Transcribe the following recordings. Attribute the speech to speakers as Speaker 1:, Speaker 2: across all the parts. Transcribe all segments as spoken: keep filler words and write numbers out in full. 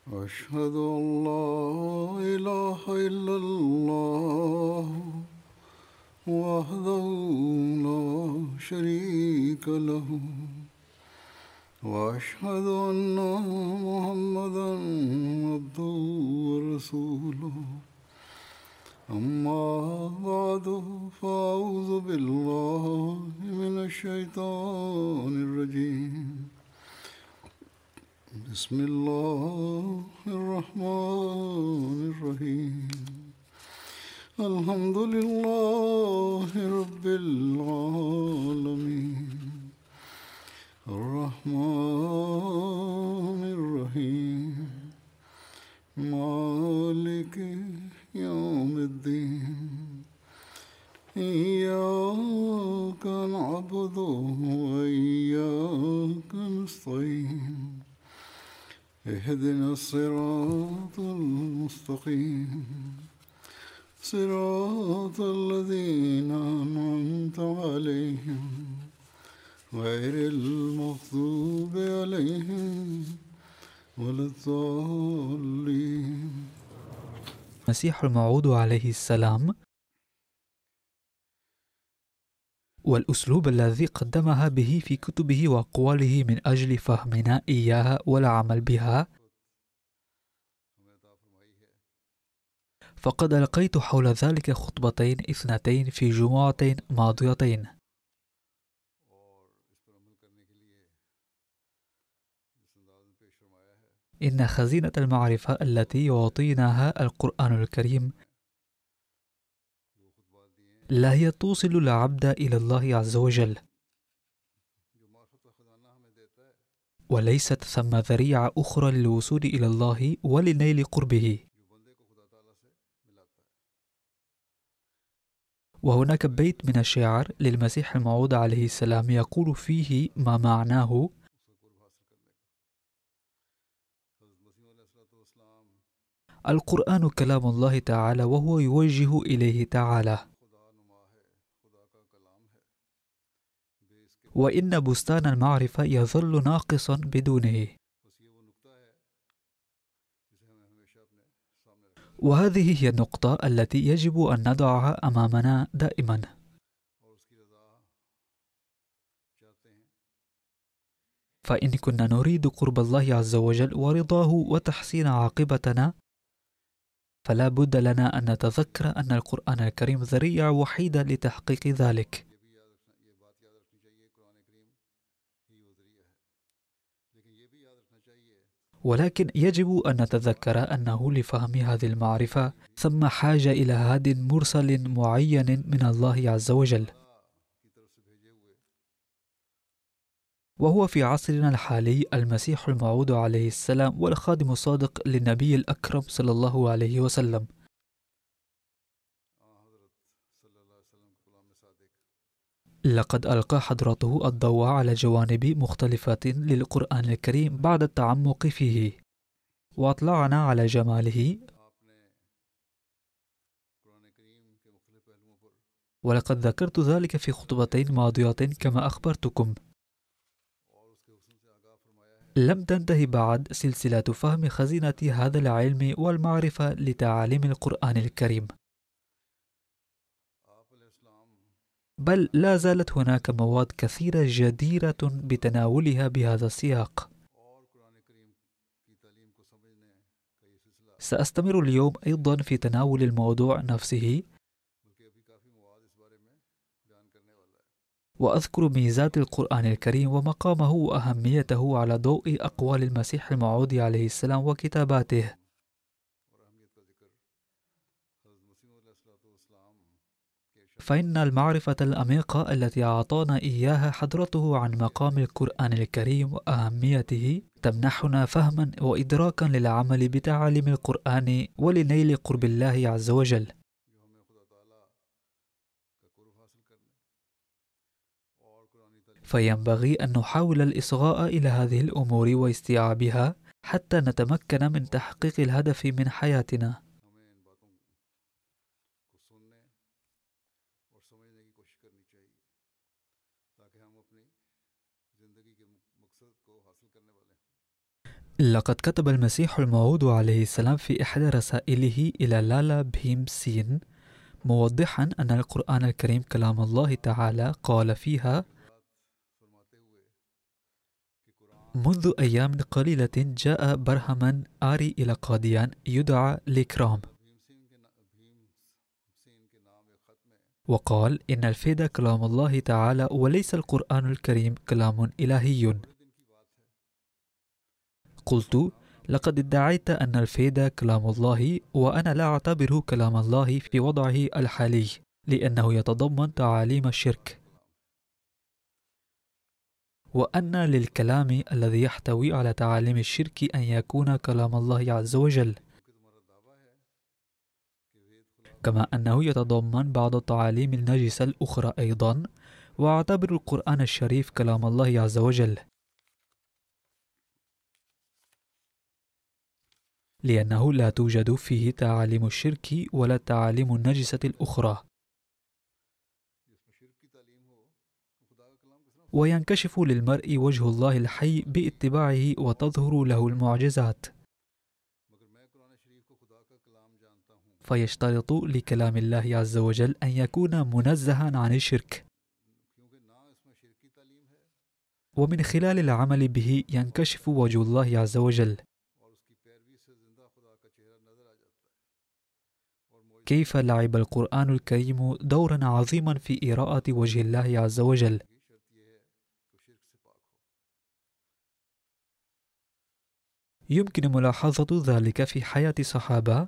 Speaker 1: أشهد أن لا إله إلا الله وحده لا شريك له وأشهد أن محمدا عبده ورسوله أما بعد فأعوذ بالله من الشيطان الرجيم بسم الله الرحمن الرحيم الحمد لله رب العالمين الرحمن الرحيم مالك يوم الدين إياك نعبد وإياك نستعين اهدنا الصراط المستقيم صراط الذين أنعمت عليهم غير المغضوب عليهم ولا الضالين.
Speaker 2: المسيح الموعود عليه السلام، والأسلوب الذي قدمها به في كتبه وأقواله من أجل فهمنا إياها والعمل بها. فقد ألقيت حول ذلك خطبتين اثنتين في جمعتين ماضيتين. إن خزينة المعرفة التي يعطيناها القرآن الكريم لا هي توصل العبد إلى الله عز وجل، وليست ثم ذريعة أخرى للوصول إلى الله ولنيل قربه. وهناك بيت من الشعر للمسيح الموعود عليه السلام يقول فيه ما معناه: القرآن كلام الله تعالى وهو يوجه إليه تعالى، وإن بستان المعرفة يظل ناقصا بدونه. وهذه هي النقطة التي يجب أن نضعها أمامنا دائما. فإن كنا نريد قرب الله عز وجل ورضاه وتحسين عاقبتنا، فلا بد لنا أن نتذكر أن القرآن الكريم ذريعة وحيدة لتحقيق ذلك. ولكن يجب أن نتذكر أنه لفهم هذه المعرفة ثم حاجة إلى هاد مرسل معين من الله عز وجل، وهو في عصرنا الحالي المسيح الموعود عليه السلام والخادم الصادق للنبي الأكرم صلى الله عليه وسلم. لقد ألقى حضرته الضوء على جوانب مختلفة للقرآن الكريم بعد التعمق فيه، وأطلعنا على جماله. ولقد ذكرت ذلك في خطبتين ماضيات كما أخبرتكم. لم تنتهي بعد سلسلة فهم خزينة هذا العلم والمعرفة لتعاليم القرآن الكريم، بل لا زالت هناك مواد كثيرة جديرة بتناولها بهذا السياق. سأستمر اليوم أيضا في تناول الموضوع نفسه، وأذكر ميزات القرآن الكريم ومقامه وأهميته على ضوء أقوال المسيح الموعود عليه السلام وكتاباته. فإن المعرفة العميقة التي أعطانا إياها حضرته عن مقام القرآن الكريم وأهميته تمنحنا فهما وإدراكا للعمل بتعاليم القرآن ولنيل قرب الله عز وجل. فينبغي أن نحاول الإصغاء إلى هذه الأمور واستيعابها حتى نتمكن من تحقيق الهدف من حياتنا. لقد كتب المسيح الموعود عليه السلام في إحدى رسائله إلى لالا بهيم سين موضحا أن القرآن الكريم كلام الله تعالى، قال فيها: منذ أيام قليلة جاء برهمان آري إلى قاديان يدعى ليكرام، وقال إن الفيدة كلام الله تعالى وليس القرآن الكريم كلام إلهي. قلت: لقد ادعيت أن الفيدة كلام الله، وأنا لا أعتبره كلام الله في وضعه الحالي، لأنه يتضمن تعاليم الشرك، وأن للكلام الذي يحتوي على تعاليم الشرك أن يكون كلام الله عز وجل، كما أنه يتضمن بعض التعاليم النجسة الأخرى أيضا، وأعتبر القرآن الشريف كلام الله عز وجل، لأنه لا توجد فيه تعاليم الشرك ولا التعاليم النجسة الأخرى. وينكشف للمرء وجه الله الحي باتباعه وتظهر له المعجزات، فيشترط لكلام الله عز وجل أن يكون منزها عن الشرك، ومن خلال العمل به ينكشف وجه الله عز وجل. كيف لعب القرآن الكريم دورا عظيما في إراءة وجه الله عز وجل. يمكن ملاحظة ذلك في حياة الصحابة،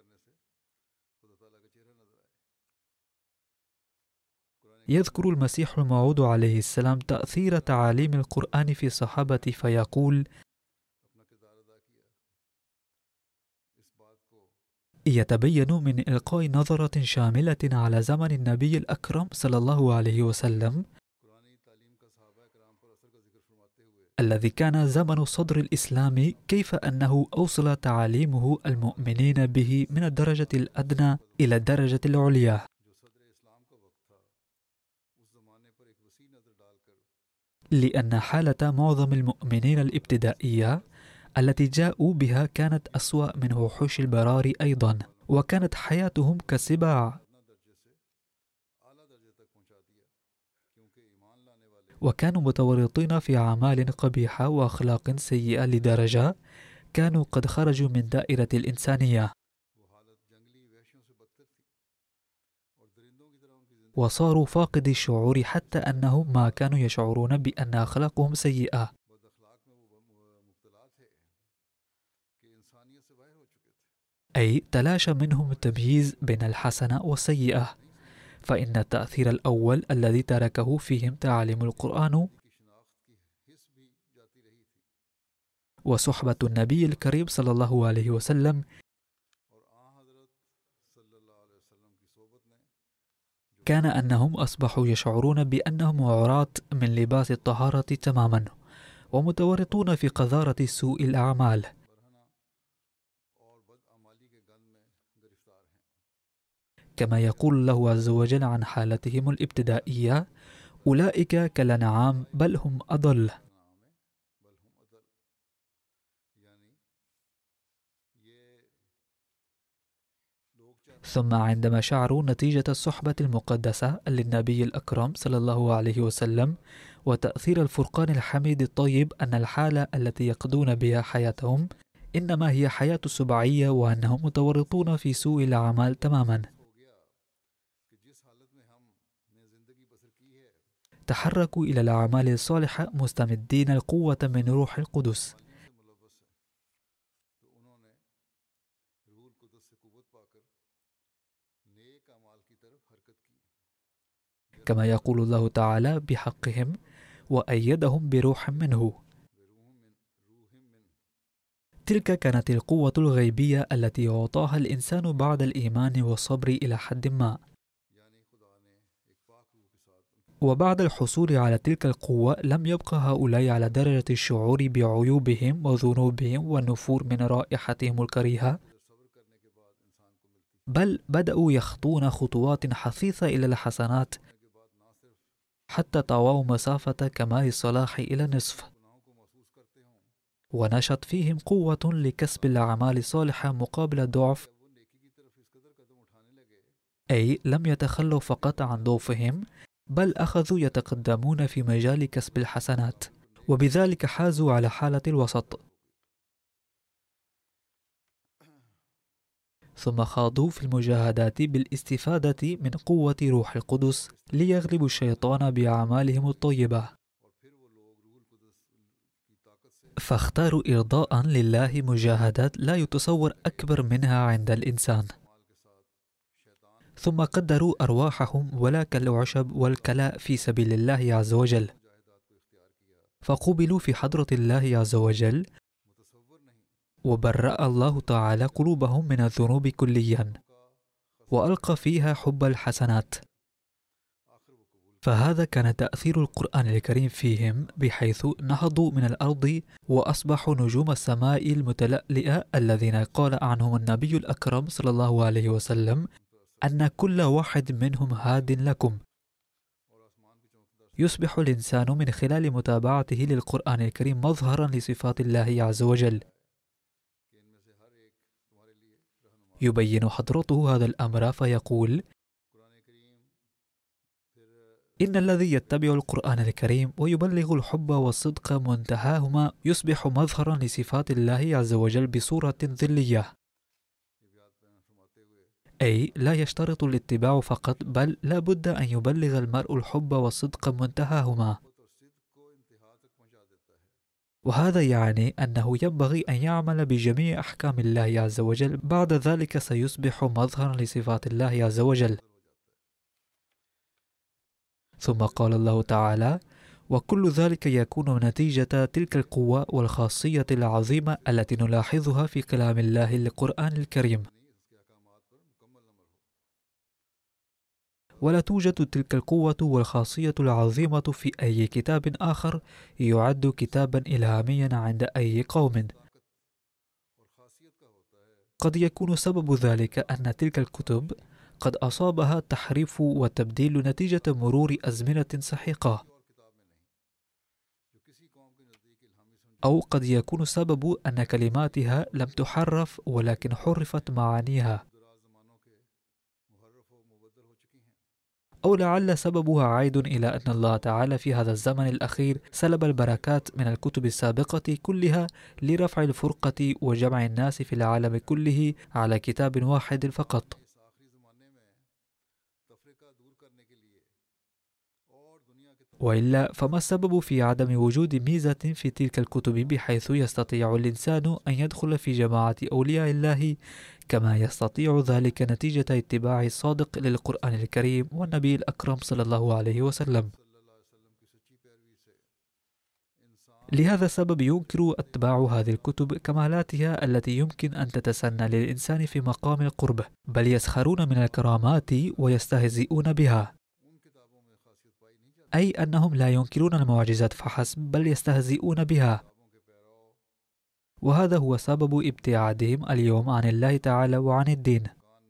Speaker 2: يذكر المسيح الموعود عليه السلام تأثير تعاليم القرآن في الصحابة فيقول: يتبين من إلقاء نظرة شاملة على زمن النبي الأكرم صلى الله عليه وسلم الذي كان زمن صدر الإسلام، كيف أنه أوصل تعاليمه المؤمنين به من الدرجة الأدنى إلى الدرجة العليا، لأن حالة معظم المؤمنين الابتدائية التي جاءوا بها كانت أسوأ من وحوش البرار أيضا، وكانت حياتهم كالسباع، وكانوا متورطين في أعمال قبيحة وأخلاق سيئة لدرجة كانوا قد خرجوا من دائرة الإنسانية، وصاروا فاقدي الشعور حتى أنهم ما كانوا يشعرون بأن أخلاقهم سيئة. أي تلاشى منهم التمييز بين الحسنة والسيئة، فإن التأثير الأول الذي تركه فيهم تعاليم القرآن وصحبة النبي الكريم صلى الله عليه وسلم، كان أنهم أصبحوا يشعرون بأنهم عراة من لباس الطهارة تماما، ومتورطون في قذارة سوء الأعمال. كما يقول الله عز وجل عن حالتهم الابتدائية: أولئك كالأنعام بل هم أضل. ثم عندما شعروا نتيجة الصحبة المقدسة للنبي الأكرم صلى الله عليه وسلم وتأثير الفرقان الحميد الطيب أن الحالة التي يقضون بها حياتهم إنما هي حياة سبعية، وأنهم متورطون في سوء الأعمال تماما، تحركوا إلى الأعمال الصالحة مستمدين القوة من روح القدس. كما يقول الله تعالى بحقهم: وأيدهم بروح منه. تلك كانت القوة الغيبية التي أعطاها الإنسان بعد الإيمان والصبر إلى حد ما، وبعد الحصول على تلك القوة لم يبقى هؤلاء على درجة الشعور بعيوبهم وذنوبهم والنفور من رائحتهم الكريهة، بل بدأوا يخطون خطوات حثيثة إلى الحسنات حتى طووا مسافة كمال الصلاح إلى نصف، ونشط فيهم قوة لكسب الأعمال الصالحة مقابل ضعف، أي لم يتخلوا فقط عن ضعفهم، بل أخذوا يتقدمون في مجال كسب الحسنات، وبذلك حازوا على حالة الوسط. ثم خاضوا في المجاهدات بالاستفادة من قوة روح القدس ليغلبوا الشيطان بأعمالهم الطيبة، فاختاروا إرضاء لله مجاهدات لا يتصور أكبر منها عند الإنسان. ثم قدروا أرواحهم ولا كالعشب والكلاء في سبيل الله عز وجل، فقبلوا في حضرة الله عز وجل، وبرأ الله تعالى قلوبهم من الذنوب كليا، وألقى فيها حب الحسنات. فهذا كان تأثير القرآن الكريم فيهم، بحيث نهضوا من الأرض وأصبحوا نجوم السماء المتلألئة الذين قال عنهم النبي الأكرم صلى الله عليه وسلم أن كل واحد منهم هاد لكم. يصبح الإنسان من خلال متابعته للقرآن الكريم مظهرا لصفات الله عز وجل. يبين حضرته هذا الأمر فيقول: إن الذي يتبع القرآن الكريم ويبلغ الحب والصدق منتهاهما يصبح مظهرا لصفات الله عز وجل بصورة ظلية، أي لا يشترط الاتباع فقط، بل لا بد أن يبلغ المرء الحب والصدق منتهاهما. وهذا يعني أنه ينبغي أن يعمل بجميع أحكام الله عز وجل، بعد ذلك سيصبح مظهرا لصفات الله عز وجل. ثم قال الله تعالى: وكل ذلك يكون نتيجة تلك القوة والخاصية العظيمة التي نلاحظها في كلام الله القرآن الكريم. ولا توجد تلك القوة والخاصية العظيمة في أي كتاب آخر يعد كتابا إلهاميا عند أي قوم. قد يكون سبب ذلك أن تلك الكتب قد أصابها التحريف والتبديل نتيجة مرور أزمنة سحيقة، أو قد يكون السبب أن كلماتها لم تحرف ولكن حرفت معانيها، أو لعل سببها عائد إلى أن الله تعالى في هذا الزمن الأخير سلب البركات من الكتب السابقة كلها لرفع الفرقة وجمع الناس في العالم كله على كتاب واحد فقط. وإلا فما السبب في عدم وجود ميزة في تلك الكتب بحيث يستطيع الإنسان أن يدخل في جماعة أولياء الله كما يستطيع ذلك نتيجة اتباع الصادق للقرآن الكريم والنبي الأكرم صلى الله عليه وسلم؟ لهذا السبب ينكر أتباع هذه الكتب كمالاتها التي يمكن أن تتسنى للإنسان في مقام القرب، بل يسخرون من الكرامات ويستهزئون بها، أي أنهم لا ينكرون المعجزات فحسب بل يستهزئون بها. وهذا هو سبب ابتعادهم اليوم عن الله تعالى وعن الدين.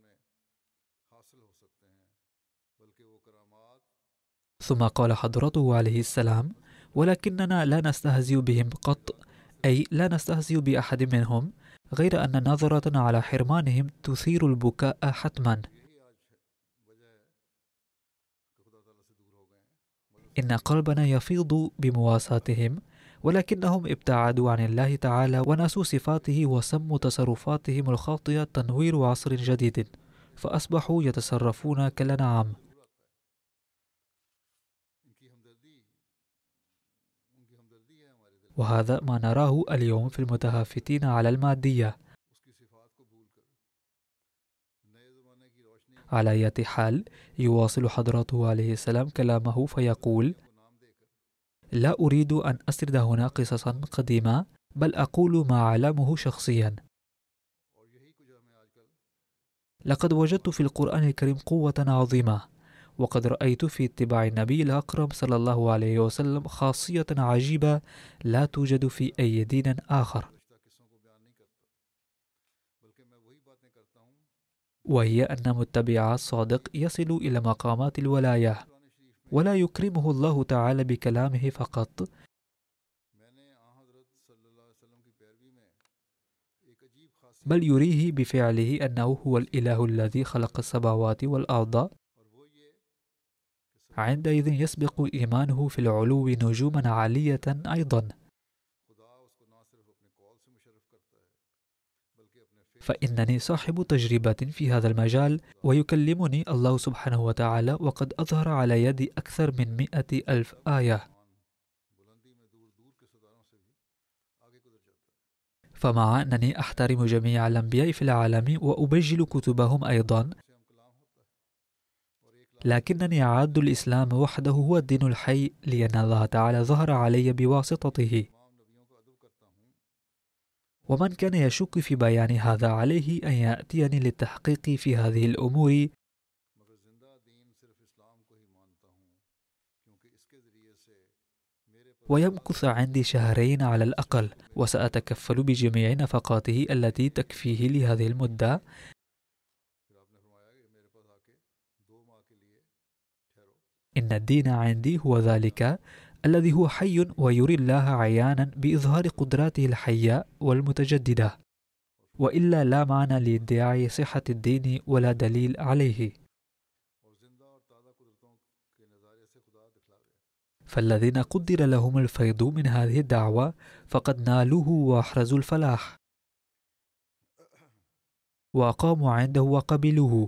Speaker 2: ثم قال حضرته عليه السلام: ولكننا لا نستهزئ بهم قط، أي لا نستهزئ بأحد منهم، غير أن نظرة على حرمانهم تثير البكاء حتما. إن قلبنا يفيض بمواساتهم، ولكنهم ابتعدوا عن الله تعالى ونسوا صفاته وسموا تصرفاتهم الخاطئة تنوير عصر جديد، فأصبحوا يتصرفون كالأنعام. وهذا ما نراه اليوم في المتهافتين على المادية. على أية حال، يواصل حضرته عليه السلام كلامه فيقول: لا أريد أن أسرد هنا قصصا قديمة، بل أقول ما أعلمه شخصيا. لقد وجدت في القرآن الكريم قوة عظيمة، وقد رأيت في اتباع النبي الأكرم صلى الله عليه وسلم خاصية عجيبة لا توجد في أي دين آخر، وهي أن متبع الصادق يصل إلى مقامات الولاية، ولا يكرمه الله تعالى بكلامه فقط، بل يريه بفعله أنه هو الإله الذي خلق السماوات والأرض. عندئذ يسبق إيمانه في العلو نجوما عالية أيضا، فإنني صاحب تجربة في هذا المجال، ويكلمني الله سبحانه وتعالى وقد أظهر على يدي أكثر من مئة ألف آية. فمع أنني أحترم جميع الأنبياء في العالم وأبجل كتبهم أيضا، لكنني أعد الإسلام وحده هو الدين الحي، لأن الله تعالى ظهر علي بواسطته. ومن كان يشك في بيان هذا عليه أن يأتيني للتحقيق في هذه الأمور، ويمكث عندي شهرين على الأقل، وسأتكفل بجميع نفقاته التي تكفيه لهذه المدة. إن الدين عندي هو ذلك الذي هو حي ويري الله عيانا بإظهار قدراته الحية والمتجددة، وإلا لا معنى لادعاء صحة الدين ولا دليل عليه. فالذين قدر لهم الفيض من هذه الدعوة فقد نالوه وأحرزوا الفلاح، وقاموا عنده وقبلوه.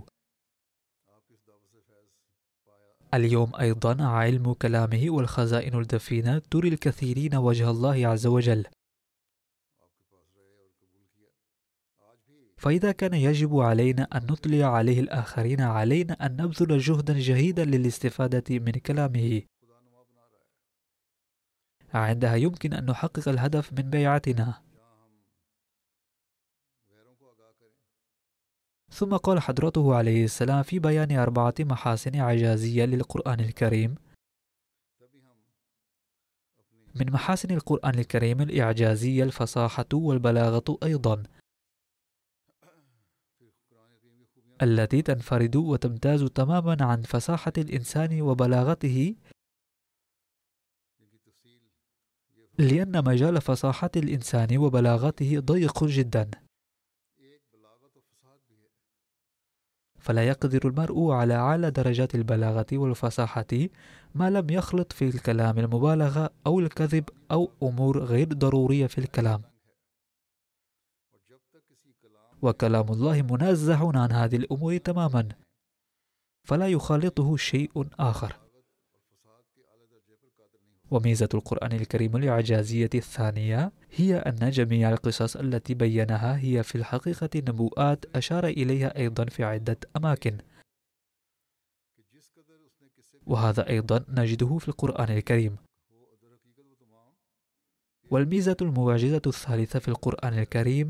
Speaker 2: اليوم أيضا علم كلامه والخزائن الدفينة تري الكثيرين وجه الله عز وجل. فإذا كان يجب علينا أن نطلع عليه الآخرين، علينا أن نبذل جهدا جهيدا للاستفادة من كلامه. عندها يمكن أن نحقق الهدف من بيعتنا. ثم قال حضرته عليه السلام في بيان أربعة محاسن إعجازية للقرآن الكريم: من محاسن القرآن الكريم الإعجازية الفصاحة والبلاغة أيضا، التي تنفرد وتمتاز تماما عن فصاحة الإنسان وبلاغته، لأن مجال فصاحة الإنسان وبلاغته ضيق جدا، فلا يقدر المرء على أعلى درجات البلاغة والفصاحة ما لم يخلط في الكلام المبالغة أو الكذب أو أمور غير ضرورية في الكلام. وكلام الله منزه عن هذه الأمور تماما، فلا يخالطه شيء آخر. وميزة القرآن الكريم الإعجازية الثانية هي أن جميع القصص التي بينها هي في الحقيقة نبوءات أشار إليها أيضا في عدة أماكن، وهذا أيضا نجده في القرآن الكريم. والميزة المعجزة الثالثة في القرآن الكريم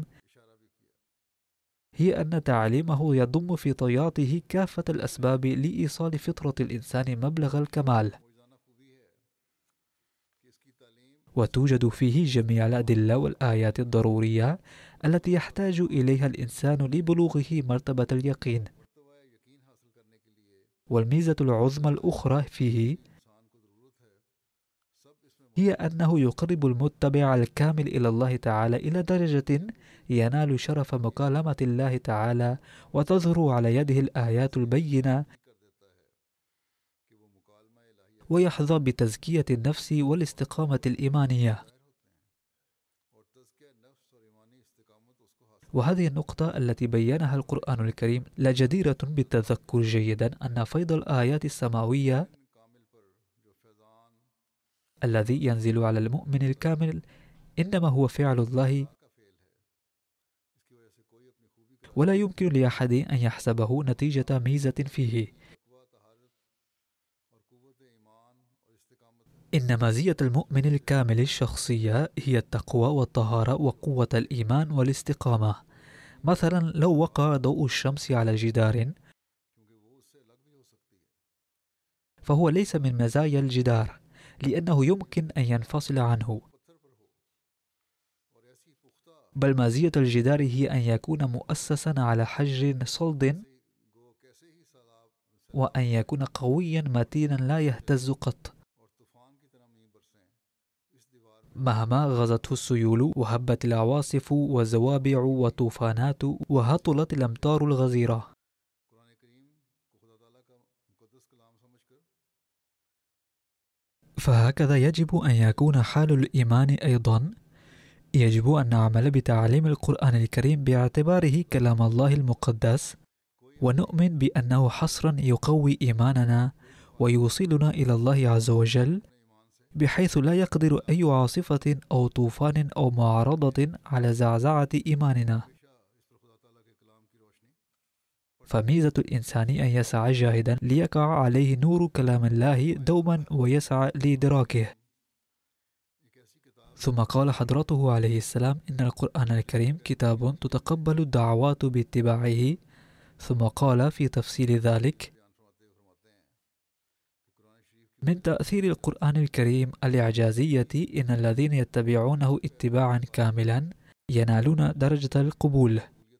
Speaker 2: هي أن تعليمه يضم في طياته كافة الأسباب لإيصال فطرة الإنسان مبلغ الكمال، وتوجد فيه جميع الأدلة والآيات الضرورية التي يحتاج إليها الإنسان لبلوغه مرتبة اليقين. والميزة العظمى الأخرى فيه هي أنه يقرب المتبع الكامل إلى الله تعالى إلى درجة ينال شرف مكالمة الله تعالى، وتظهر على يده الآيات البينة، ويحظى بتزكية النفس والاستقامة الإيمانية. وهذه النقطة التي بينها القرآن الكريم لجديرة بالتذكر جيدا أن فيض الآيات السماوية الذي ينزل على المؤمن الكامل إنما هو فعل الله، ولا يمكن لأحد أن يحسبه نتيجة ميزة فيه. إن مزية المؤمن الكامل الشخصية هي التقوى والطهارة وقوة الإيمان والاستقامة. مثلا لو وقع ضوء الشمس على جدار، فهو ليس من مزايا الجدار، لأنه يمكن أن ينفصل عنه، بل مزية الجدار هي أن يكون مؤسسا على حجر صلد، وأن يكون قويا متينا لا يهتز قط. مهما غزته السيول وهبت العواصف والزوابع والطوفانات وهطلت الأمطار الغزيرة. فهكذا يجب أن يكون حال الإيمان أيضا. يجب أن نعمل بتعليم القرآن الكريم باعتباره كلام الله المقدس، ونؤمن بأنه حصرا يقوي إيماننا ويوصلنا إلى الله عز وجل، بحيث لا يقدر أي عاصفة أو طوفان أو معارضة على زعزعة إيماننا. فميزة الإنسان أن يسعى جاهدا ليقع عليه نور كلام الله دوما ويسعى لإدراكه. ثم قال حضرته عليه السلام: إن القرآن الكريم كتاب تتقبل الدعوات باتباعه. ثم قال في تفصيل ذلك: من تأثير القرآن الكريم الإعجازية إن الذين يتبعونه اتباعا كاملا ينالون درجة القبول،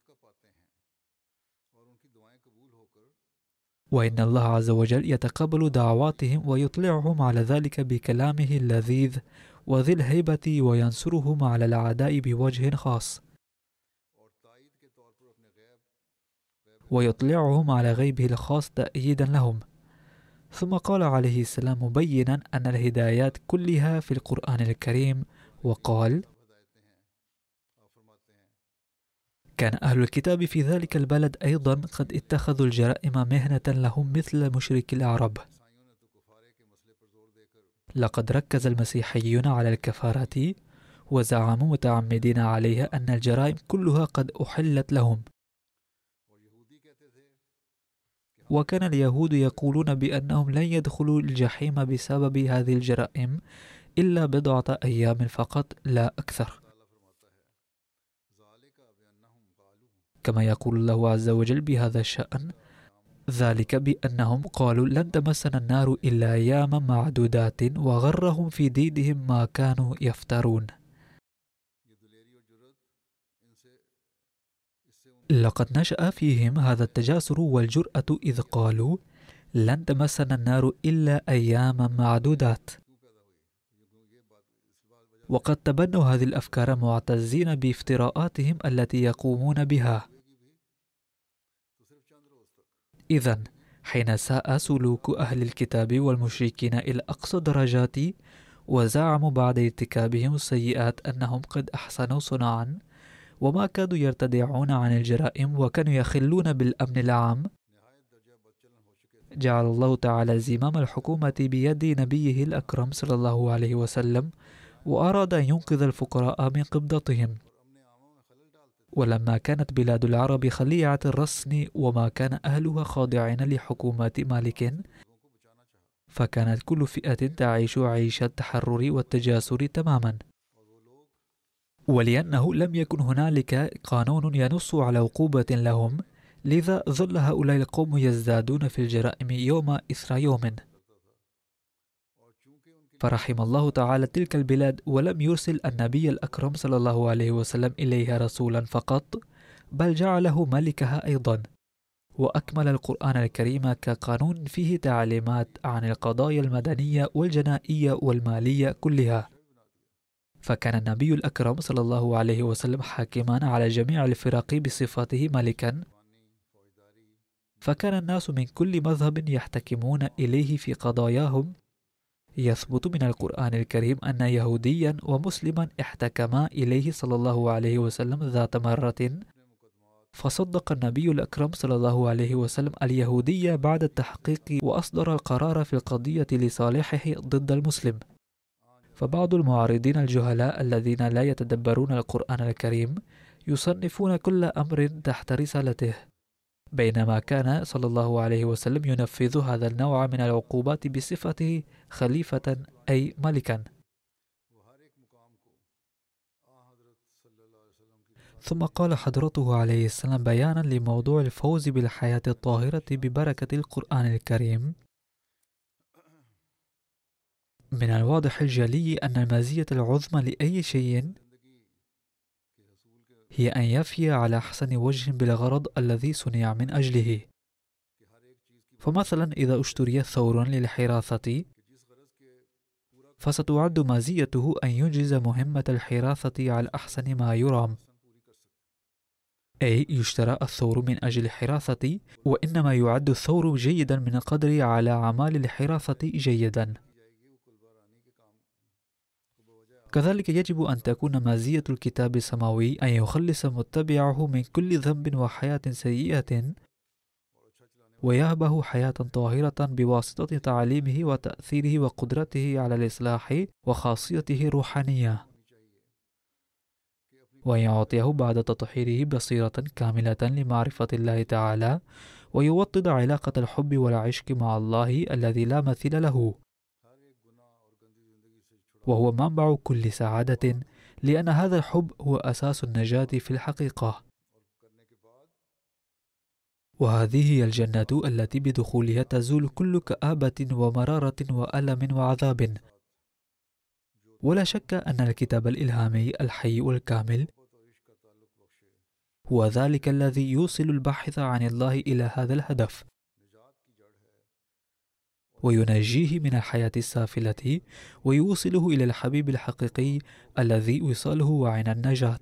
Speaker 2: وإن الله عز وجل يتقبل دعواتهم ويطلعهم على ذلك بكلامه اللذيذ وذي الهيبة، وينصرهم على الأعداء بوجه خاص، ويطلعهم على غيبه الخاص تأييدا لهم. ثم قال عليه السلام مبينا أن الهدايات كلها في القرآن الكريم، وقال: كان أهل الكتاب في ذلك البلد أيضا قد اتخذوا الجرائم مهنة لهم مثل مشرك العرب. لقد ركز المسيحيون على الكفارة وزعموا متعمدين عليها أن الجرائم كلها قد أحلت لهم. وكان اليهود يقولون بأنهم لن يدخلوا الجحيم بسبب هذه الجرائم إلا بضعة أيام فقط لا أكثر، كما يقول الله عز وجل بهذا الشأن: ذلك بأنهم قالوا لن تمسنا النار إلا أياما معدودات وغرهم في دينهم ما كانوا يفترون. لقد نشأ فيهم هذا التجاسر والجرأة إذ قالوا لن تمسنا النار إلا أياما معدودات، وقد تبنوا هذه الأفكار معتزين بافتراءاتهم التي يقومون بها. إذن حين ساء سلوك أهل الكتاب والمشركين إلى أقصى درجات، وزعموا بعد ارتكابهم السيئات أنهم قد أحسنوا صنعا وما كانوا يرتدعون عن الجرائم وكانوا يخلون بالأمن العام، جعل الله تعالى زمام الحكومة بيد نبيه الأكرم صلى الله عليه وسلم، وأراد أن ينقذ الفقراء من قبضتهم. ولما كانت بلاد العرب خليعة الرسن وما كان أهلها خاضعين لحكومات مالك، فكانت كل فئة تعيش عيش التحرر والتجاسر تماما. ولأنه لم يكن هنالك قانون ينص على عقوبة لهم، لذا ظل هؤلاء القوم يزدادون في الجرائم يوم إثر يوم. فرحم الله تعالى تلك البلاد ولم يرسل النبي الأكرم صلى الله عليه وسلم إليها رسولا فقط، بل جعله ملكها أيضا، وأكمل القرآن الكريم كقانون فيه تعليمات عن القضايا المدنية والجنائية والمالية كلها. فكان النبي الأكرم صلى الله عليه وسلم حاكما على جميع الفرق بصفته ملكا، فكان الناس من كل مذهب يحتكمون إليه في قضاياهم. يثبت من القرآن الكريم أن يهوديا ومسلما احتكما إليه صلى الله عليه وسلم ذات مرة، فصدق النبي الأكرم صلى الله عليه وسلم اليهودية بعد التحقيق، وأصدر القرار في القضية لصالحه ضد المسلم. فبعض المعارضين الجهلاء الذين لا يتدبرون القرآن الكريم يصنفون كل أمر تحت رسالته، بينما كان صلى الله عليه وسلم ينفذ هذا النوع من العقوبات بصفته خليفة أي ملكا. ثم قال حضرته عليه السلام بيانا لموضوع الفوز بالحياة الطاهرة ببركة القرآن الكريم: من الواضح الجلي أن المزية العظمى لأي شيء هي أن يفي على أحسن وجه بالغرض الذي صنع من أجله. فمثلا إذا اشتري ثور للحراثة فستعد مزيته أن ينجز مهمة الحراثة على أحسن ما يرام، أي يشترى الثور من أجل الحراثة، وإنما يعد الثور جيدا من قدر على أعمال الحراثة جيدا. كذلك يجب أن تكون مزية الكتاب السماوي أن يخلص متبعه من كل ذنب وحياة سيئة، ويهبه حياة طاهرة بواسطة تعليمه وتأثيره وقدرته على الإصلاح وخاصيته الروحانية، وأن يعطيه بعد تطهيره بصيرة كاملة لمعرفة الله تعالى، ويوطد علاقة الحب والعشق مع الله الذي لا مثيل له، وهو منبع كل سعادة، لأن هذا الحب هو أساس النجاة في الحقيقة. وهذه هي الجنة التي بدخولها تزول كل كآبة ومرارة وألم وعذاب. ولا شك أن الكتاب الإلهامي الحي والكامل هو ذلك الذي يوصل الباحث عن الله إلى هذا الهدف، وينجيه من الحياة السافلة، ويوصله إلى الحبيب الحقيقي الذي وصاله وعن النجاة،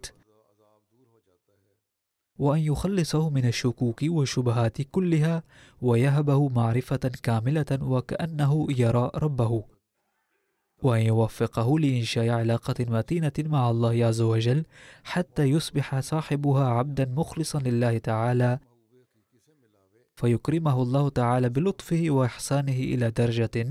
Speaker 2: وأن يخلصه من الشكوك والشبهات كلها، ويهبه معرفة كاملة وكأنه يرى ربه، وأن يوفقه لإنشاء علاقة متينة مع الله عز وجل حتى يصبح صاحبها عبدا مخلصا لله تعالى، فيكرمه الله تعالى بلطفه وإحسانه إلى درجة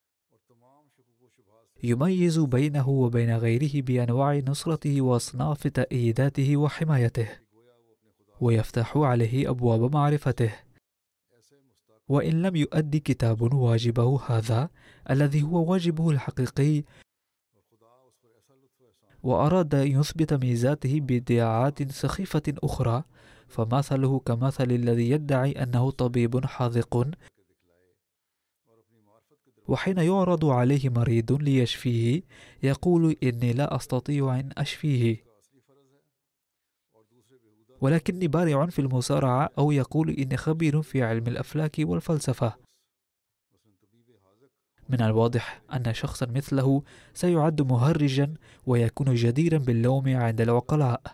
Speaker 2: يميز بينه وبين غيره بأنواع نصرته وأصناف تأييداته وحمايته، ويفتح عليه أبواب معرفته. وإن لم يؤدي كتاب واجبه هذا الذي هو واجبه الحقيقي، وأراد أن يثبت ميزاته بادعاءات سخيفة أخرى، فمثله كمثل الذي يدعي أنه طبيب حاذق، وحين يعرض عليه مريض ليشفيه يقول إني لا أستطيع أن أشفيه، ولكني بارع في المصارعة، أو يقول إني خبير في علم الأفلاك والفلسفة. من الواضح أن شخصا مثله سيعد مهرجا ويكون جديرا باللوم عند العقلاء.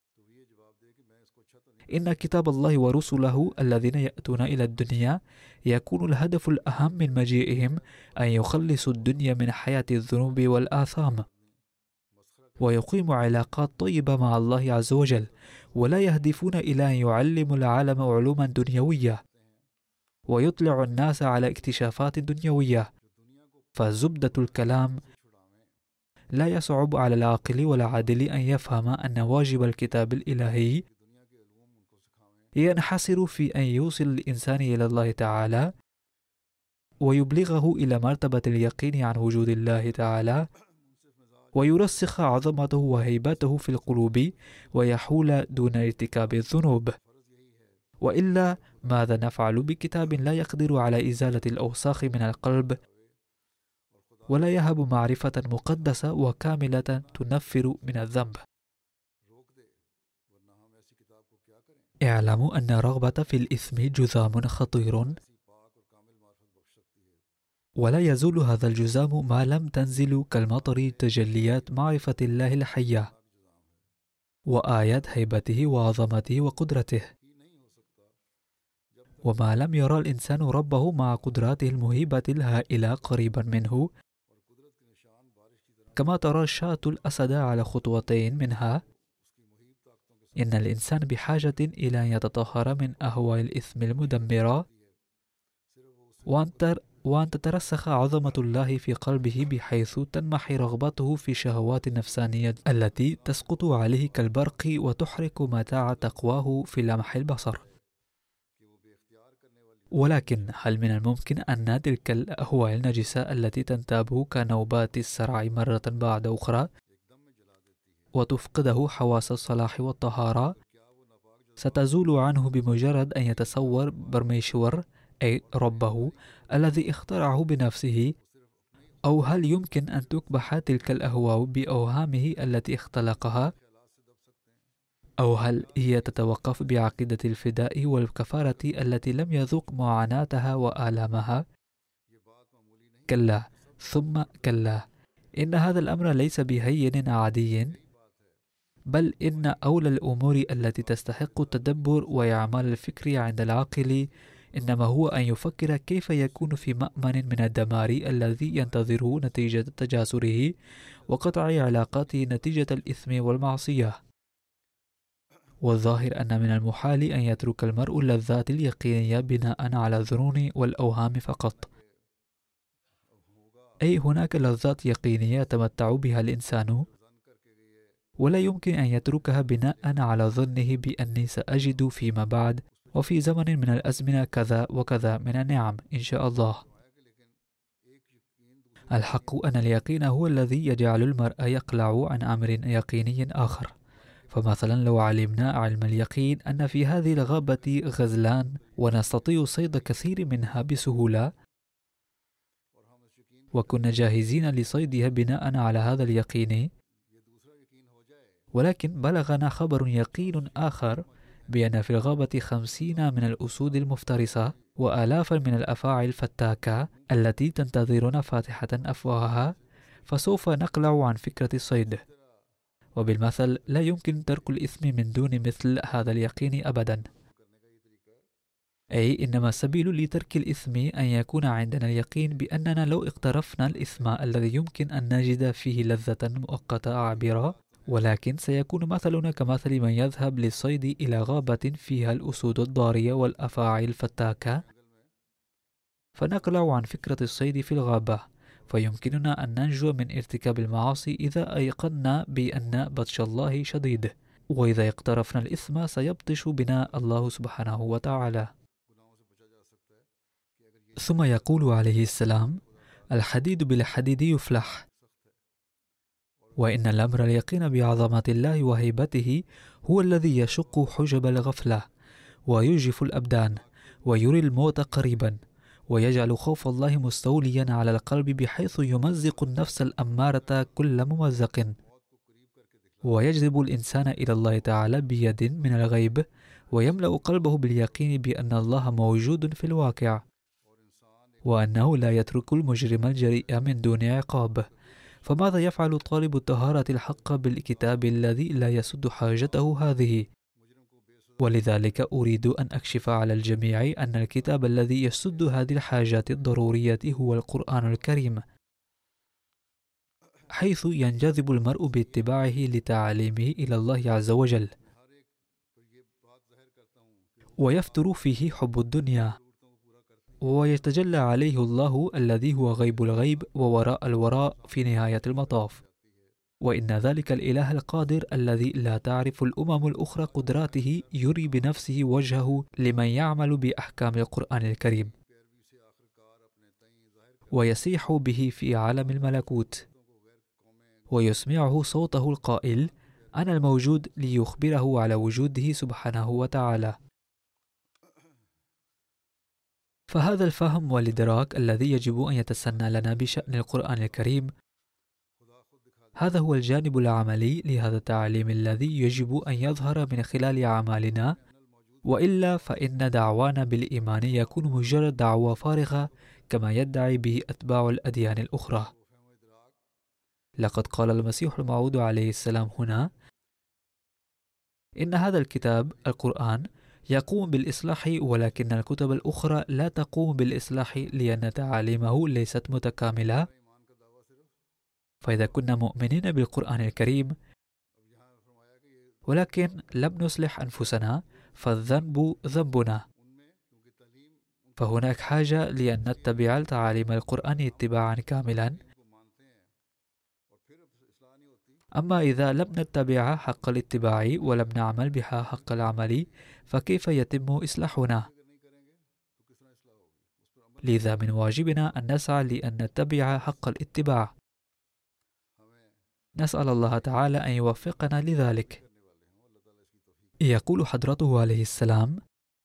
Speaker 2: إن كتاب الله ورسله الذين يأتون إلى الدنيا يكون الهدف الأهم من مجيئهم أن يخلصوا الدنيا من حياة الذنوب والآثام، ويقيموا علاقات طيبة مع الله عز وجل، ولا يهدفون إلى أن يعلموا العالم علوما دنيوية ويطلع الناس على اكتشافات دنيوية. فزبدة الكلام: لا يصعب على العاقل والعادل أن يفهم أن واجب الكتاب الإلهي ينحصر في أن يوصل الإنسان إلى الله تعالى، ويبلغه إلى مرتبة اليقين عن وجود الله تعالى، ويرسخ عظمته وهيبته في القلوب، ويحول دون ارتكاب الذنوب. وإلا ماذا نفعل بكتاب لا يقدر على إزالة الأوساخ من القلب، ولا يهب معرفة مقدسة وكاملة تنفر من الذنب؟ اعلموا أن الرغبة في الإثم جذام خطير، ولا يزول هذا الجذام ما لم تنزل كالمطر تجليات معرفة الله الحية وآيات هيبته وعظمته وقدرته. وما لم يرى الإنسان ربه مع قدراته المهيبة الهائلة قريبا منه، كما ترى الشاة الأسد على خطوتين منها، إن الإنسان بحاجة إلى أن يتطهر من أهواء الإثم المدمرة، وأن تترسخ عظمة الله في قلبه بحيث تنمحي رغبته في شهوات النفسانية التي تسقط عليه كالبرق وتحرق متاع تقواه في لمح البصر. ولكن هل من الممكن أن تلك الأهواء النجسة التي تنتابه كنوبات الصرع مرة بعد أخرى وتفقده حواس الصلاح والطهارة ستزول عنه بمجرد أن يتصور برميشور أي ربه الذي اخترعه بنفسه؟ أو هل يمكن أن تكبح تلك الأهواء بأوهامه التي اختلقها؟ أو هل هي تتوقف بعقيدة الفداء والكفارة التي لم يذوق معاناتها وآلامها؟ كلا ثم كلا، إن هذا الأمر ليس بهين عادي، بل إن أولى الأمور التي تستحق التدبر وإعمال الفكر عند العاقل إنما هو أن يفكر كيف يكون في مأمن من الدمار الذي ينتظره نتيجة تجاسره وقطع علاقاته نتيجة الإثم والمعصية. والظاهر أن من المحال أن يترك المرء اللذات اليقينية بناء على الظنون والأوهام فقط، أي هناك لذات يقينية يتمتع بها الإنسان، ولا يمكن أن يتركها بناء على ظنه بأني سأجد فيما بعد وفي زمن من الأزمنة كذا وكذا من النعم إن شاء الله. الحق أن اليقين هو الذي يجعل المرء يقلع عن أمر يقيني آخر. فمثلا لو علمنا علم اليقين أن في هذه الغابة غزلان ونستطيع صيد كثير منها بسهولة، وكنا جاهزين لصيدها بناء على هذا اليقين، ولكن بلغنا خبر يقين آخر بأن في الغابة خمسين من الأسود المفترسة وآلافا من الأفاعي الفتاكة التي تنتظرنا فاتحة أفواهها، فسوف نقلع عن فكرة الصيد. وبالمثل لا يمكن ترك الإثم من دون مثل هذا اليقين أبدا، أي إنما السبيل لترك الإثم أن يكون عندنا اليقين بأننا لو اقترفنا الإثم الذي يمكن أن نجد فيه لذة مؤقتة عابرة، ولكن سيكون مثلنا كمثل من يذهب للصيد إلى غابة فيها الأسود الضارية والأفاعي الفتاكة، فنقلع عن فكرة الصيد في الغابة، فيمكننا أن ننجو من ارتكاب المعاصي إذا أيقنا بأن بطش الله شديد، وإذا اقترفنا الإثم سيبطش بنا الله سبحانه وتعالى. ثم يقول عليه السلام: الحديد بالحديد يفلح. وإن الأمر اليقين بعظمة الله وهيبته هو الذي يشق حجب الغفلة ويجف الأبدان ويري الموت قريبا، ويجعل خوف الله مستوليا على القلب بحيث يمزق النفس الأمارة كل ممزق، ويجذب الإنسان إلى الله تعالى بيد من الغيب، ويملأ قلبه باليقين بأن الله موجود في الواقع، وأنه لا يترك المجرم الجريء من دون عقاب. فماذا يفعل طالب الطهارة الحق بالكتاب الذي لا يسد حاجته هذه؟ ولذلك أريد أن أكشف على الجميع أن الكتاب الذي يسد هذه الحاجات الضرورية هو القرآن الكريم، حيث ينجذب المرء باتباعه لتعليمه إلى الله عز وجل، ويفتر فيه حب الدنيا، ويتجلى عليه الله الذي هو غيب الغيب ووراء الوراء في نهاية المطاف. وإن ذلك الإله القادر الذي لا تعرف الأمم الأخرى قدراته يري بنفسه وجهه لمن يعمل بأحكام القرآن الكريم، ويسيح به في عالم الملكوت، ويسمعه صوته القائل: أنا الموجود، ليخبره على وجوده سبحانه وتعالى. فهذا الفهم والإدراك الذي يجب أن يتسنى لنا بشأن القرآن الكريم، هذا هو الجانب العملي لهذا التعليم الذي يجب أن يظهر من خلال أعمالنا، وإلا فإن دعوانا بالإيمان يكون مجرد دعوة فارغة كما يدعي به أتباع الأديان الأخرى. لقد قال المسيح الموعود عليه السلام هنا: إن هذا الكتاب القرآن يقوم بالإصلاح، ولكن الكتب الأخرى لا تقوم بالإصلاح لأن تعاليمه ليست متكاملة. فإذا كنا مؤمنين بالقرآن الكريم ولكن لم نصلح أنفسنا فالذنب ذنبنا، فهناك حاجة لأن نتبع تعاليم القرآن اتباعا كاملا. أما إذا لم نتبعها حق الاتباع ولم نعمل بها حق العمل، فكيف يتم إصلاحنا؟ لذا من واجبنا أن نسعى لأن نتبع حق الاتباع. نسأل الله تعالى أن يوفقنا لذلك. يقول حضرته عليه السلام: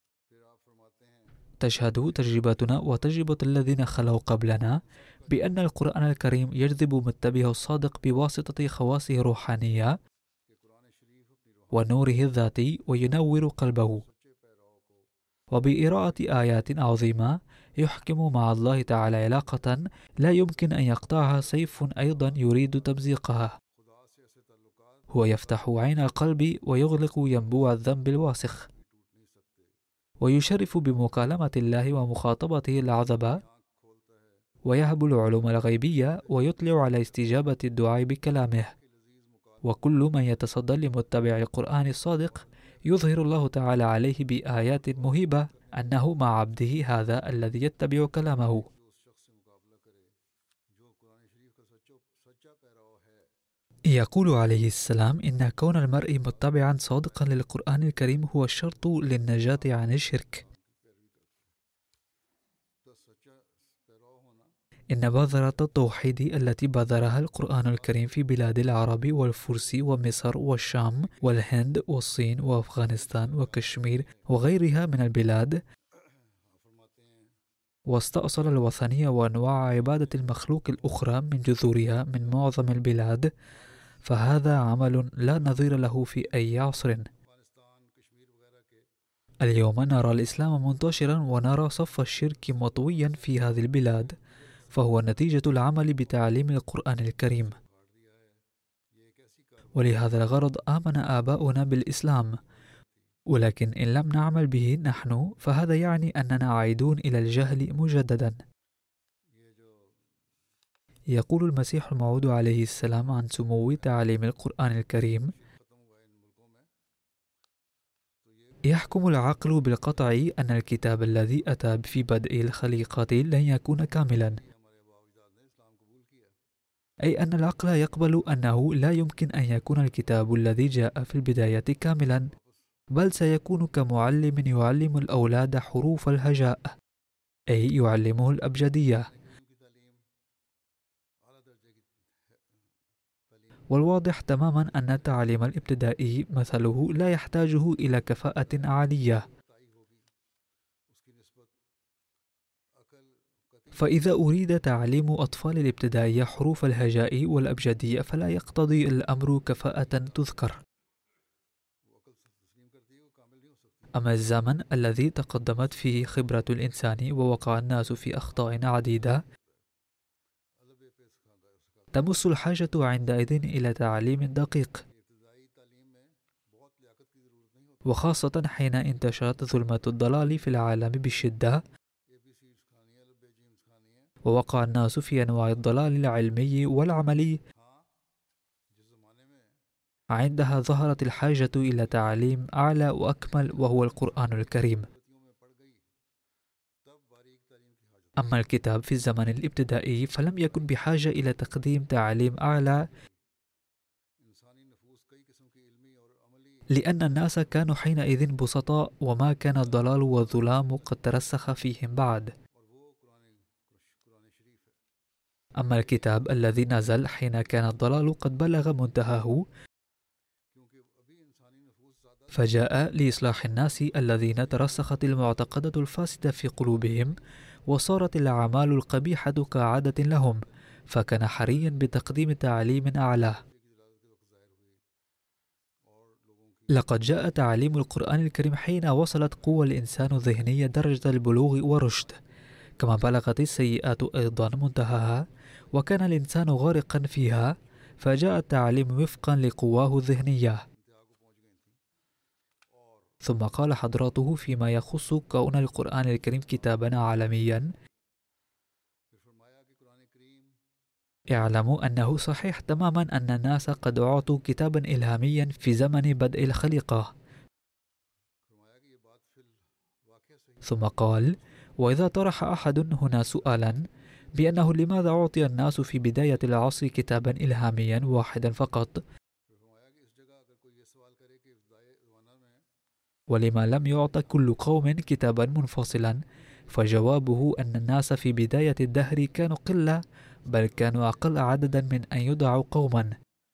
Speaker 2: تشهد تجربتنا وتجربة الذين خلوا قبلنا بأن القرآن الكريم يجذب متبعه الصادق بواسطة خواصه الروحانية ونوره الذاتي، وينور قلبه، وبقراءة آيات عظيمة يحكم مع الله تعالى علاقة لا يمكن أن يقطعها سيف أيضا يريد تمزيقها. هو يفتح عين القلب ويغلق ينبوع الذنب الواسخ، ويشرف بمكالمة الله ومخاطبته العذبة، ويهب العلوم الغيبية ويطلع على استجابة الدعاء بكلامه. وكل من يتصدى لمتبع القرآن الصادق يظهر الله تعالى عليه بآيات مهيبة أنه مع عبده هذا الذي يتبع كلامه. يقول عليه السلام إن كون المرء متبعا صادقا للقرآن الكريم هو الشرط للنجاة عن الشرك. إن بذرة التوحيد التي بذرها القرآن الكريم في بلاد العرب والفرس ومصر والشام والهند والصين وأفغانستان وكشمير وغيرها من البلاد، واستأصل الوثنية وأنواع عبادة المخلوق الأخرى من جذورها من معظم البلاد، فهذا عمل لا نظير له في أي عصر. اليوم نرى الإسلام منتشرا ونرى صف الشرك مطويا في هذه البلاد، فهو نتيجة العمل بتعليم القرآن الكريم. ولهذا الغرض آمن آباؤنا بالإسلام، ولكن إن لم نعمل به نحن فهذا يعني أننا عائدون إلى الجهل مجددا. يقول المسيح الموعود عليه السلام عن سمو تعليم القرآن الكريم: يحكم العقل بالقطع أن الكتاب الذي أتى في بدء الخليقة لن يكون كاملا، أي أن العقل يقبل أنه لا يمكن أن يكون الكتاب الذي جاء في البداية كاملا، بل سيكون كمعلم يعلم الأولاد حروف الهجاء، أي يعلمه الأبجدية. والواضح تماما أن التعليم الابتدائي مثله لا يحتاجه إلى كفاءة عالية، فإذا أريد تعليم أطفال الابتدائية حروف الهجاء والأبجدية فلا يقتضي الأمر كفاءة تذكر. أما الزمن الذي تقدمت فيه خبرة الإنسان ووقع الناس في أخطاء عديدة، تمس الحاجة عندئذ إلى تعليم دقيق، وخاصة حين انتشرت ظلمة الضلال في العالم بشدة، ووقع الناس في أنواع الضلال العلمي والعملي. عندها ظهرت الحاجة إلى تعليم أعلى وأكمل وهو القرآن الكريم. أما الكتاب في الزمن الابتدائي فلم يكن بحاجة إلى تقديم تعليم أعلى، لأن الناس كانوا حينئذ بسطاء وما كان الضلال والظلام قد ترسخ فيهم بعد. أما الكتاب الذي نزل حين كان الضلال قد بلغ منتهاه، فجاء لإصلاح الناس الذين ترسخت المعتقدات الفاسدة في قلوبهم وصارت الأعمال القبيحة كعادة لهم، فكان حريا بتقديم تعليم أعلى. لقد جاء تعليم القرآن الكريم حين وصلت قوى الإنسان الذهنية درجة البلوغ والرشد، كما بلغت السيئات أيضا منتهاها وكان الإنسان غارقا فيها، فجاء التعليم وفقا لقواه الذهنية. ثم قال حضرته فيما يخص كون القرآن الكريم كتابا عالميا: اعلموا أنه صحيح تماما أن الناس قد أعطوا كتابا إلهاميا في زمن بدء الخليقة. ثم قال: وإذا طرح أحد هنا سؤالا بأنه لماذا أعطي الناس في بداية العصر كتابا إلهاميا واحدا فقط، ولما لم يعط كل قوم كتابا منفصلا، فجوابه أن الناس في بداية الدهر كانوا قلة، بل كانوا أقل عددا من أن يدعوا قوما،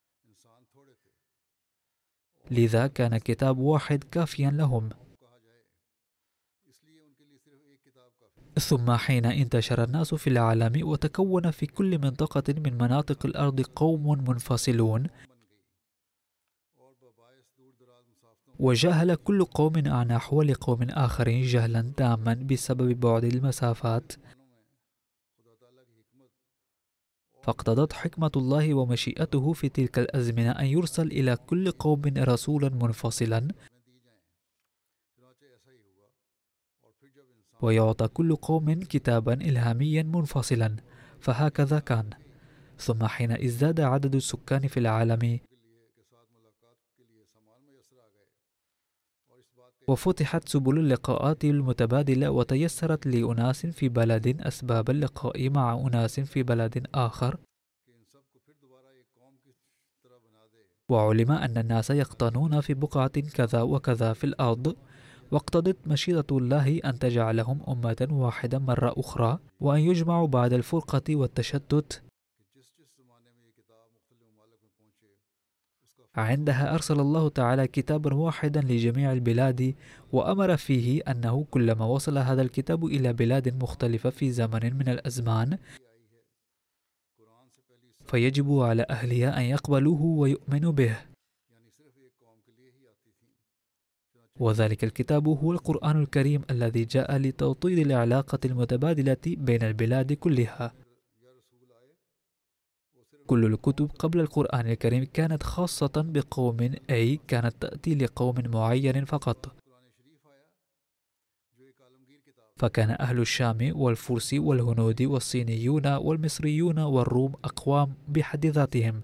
Speaker 2: لذا كان كتاب واحد كافيا لهم. ثم حين انتشر الناس في العالم وتكون في كل منطقة من مناطق الأرض قوم منفصلون، وجهل كل قوم عن أحوال قوم آخرين جهلا تاما بسبب بعد المسافات، فاقتضت حكمة الله ومشيئته في تلك الأزمنة أن يرسل إلى كل قوم رسولا منفصلا، ويعطى كل قوم كتابا إلهاميا منفصلا، فهكذا كان. ثم حين ازداد عدد السكان في العالم وفتحت سبل اللقاءات المتبادلة وتيسرت لأناس في بلد أسباب اللقاء مع أناس في بلد آخر، وعلم أن الناس يقطنون في بقعة كذا وكذا في الأرض، واقتضت مشيئة الله أن تجعلهم أمة واحدة مرة أخرى، وأن يجمعوا بعد الفرقة والتشتت. عندها أرسل الله تعالى كتابا واحدا لجميع البلاد، وأمر فيه أنه كلما وصل هذا الكتاب إلى بلاد مختلفة في زمن من الأزمان فيجب على أهلها أن يقبلوه ويؤمنوا به. وذلك الكتاب هو القرآن الكريم الذي جاء لتوطيد العلاقة المتبادلة بين البلاد كلها. كل الكتب قبل القرآن الكريم كانت خاصة بقوم، أي كانت تأتي لقوم معين فقط، فكان أهل الشام والفرس والهنود والصينيون والمصريون والروم أقوام بحد ذاتهم،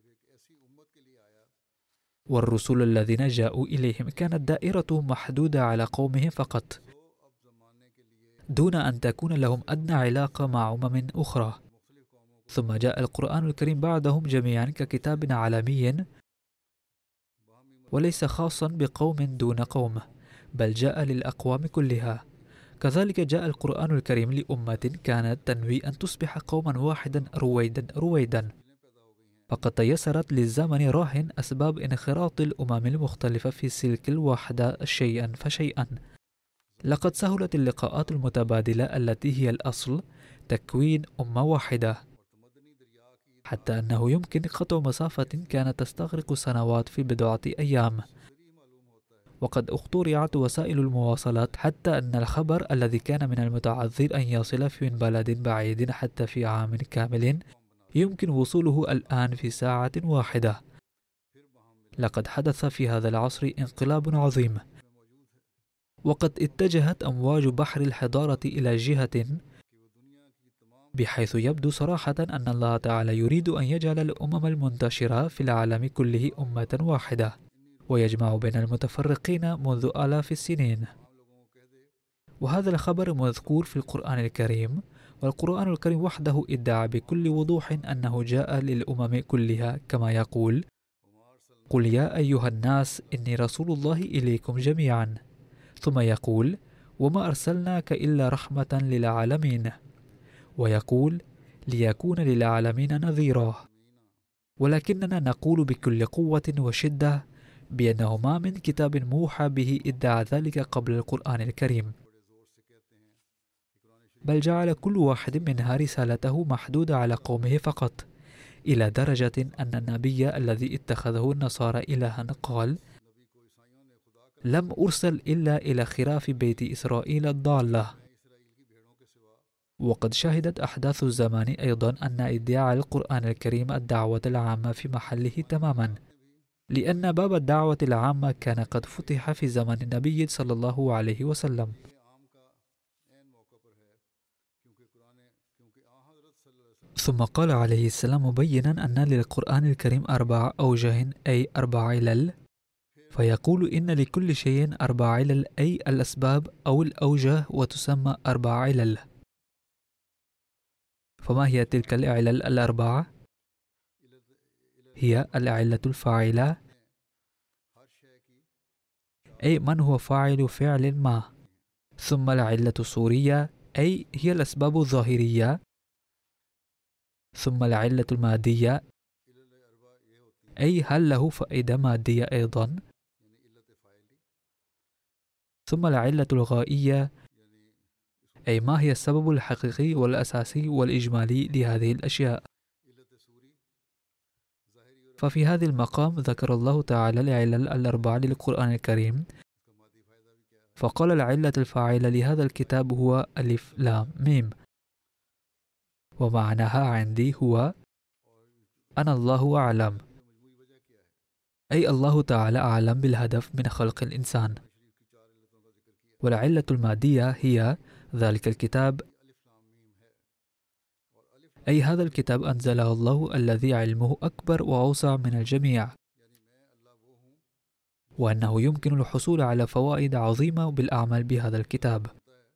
Speaker 2: والرسل الذين جاءوا إليهم كانت دائرتهم محدودة على قومهم فقط، دون أن تكون لهم أدنى علاقة مع أمم أخرى. ثم جاء القرآن الكريم بعدهم جميعا ككتاب عالمي وليس خاصا بقوم دون قوم، بل جاء للأقوام كلها. كذلك جاء القرآن الكريم لأمة كانت تنوي أن تصبح قوما واحدا رويدا رويدا، فقد تيسرت للزمن راهن أسباب انخراط الأمم المختلفة في سلك الوحدة شيئا فشيئا. لقد سهلت اللقاءات المتبادلة التي هي الأصل تكوين أمة واحدة، حتى أنه يمكن قطع مسافة كانت تستغرق سنوات في بضعة أيام. وقد اخترعت وسائل المواصلات حتى أن الخبر الذي كان من المتعذر أن يصل في من بلد بعيد حتى في عام كامل يمكن وصوله الآن في ساعة واحدة. لقد حدث في هذا العصر انقلاب عظيم، وقد اتجهت أمواج بحر الحضارة إلى جهة بحيث يبدو صراحة أن الله تعالى يريد أن يجعل الأمم المنتشرة في العالم كله أمة واحدة، ويجمع بين المتفرقين منذ آلاف السنين. وهذا الخبر مذكور في القرآن الكريم، والقرآن الكريم وحده ادعى بكل وضوح أنه جاء للأمم كلها، كما يقول: قل يا أيها الناس إني رسول الله إليكم جميعا. ثم يقول: وما أرسلناك إلا رحمة للعالمين. ويقول: ليكون للعالمين نذيرا. ولكننا نقول بكل قوة وشدة بأنه ما من كتاب موحى به ادعى ذلك قبل القرآن الكريم، بل جعل كل واحد منها رسالته محدودة على قومه فقط، إلى درجة أن النبي الذي اتخذه النصارى إلها قال: لم أرسل إلا إلى خراف بيت إسرائيل الضالة. وقد شهدت أحداث الزمان أيضا أن ادعاء القرآن الكريم الدعوة العامة في محله تماما، لأن باب الدعوة العامة كان قد فتح في زمن النبي صلى الله عليه وسلم. ثم قال عليه السلام مبينا أن للقرآن الكريم أربع أوجه، أي أربع علل، فيقول إن لكل شيء أربع علل، أي الأسباب أو الأوجه، وتسمى أربع علل. فما هي تلك العلل الأربعة؟ هي العلة الفاعلة، أي من هو فاعل فعل ما، ثم العلة الصورية، أي هي الأسباب الظاهرية، ثم العلة المادية، أي هل له فائدة مادية أيضا، ثم العلة الغائية، أي ما هي السبب الحقيقي والأساسي والإجمالي لهذه الأشياء. ففي هذا المقام ذكر الله تعالى العلل الأربعة للقرآن الكريم، فقال العلة الفاعلة لهذا الكتاب هو ألف لام ميم، ومعناها عندي هو أنا الله أعلم، أي الله تعالى أعلم بالهدف من خلق الإنسان. والعلة المادية هي ذلك الكتاب، أي هذا الكتاب أنزله الله الذي علمه أكبر وأوسع من الجميع، وأنه يمكن الحصول على فوائد عظيمة بالأعمال بهذا الكتاب.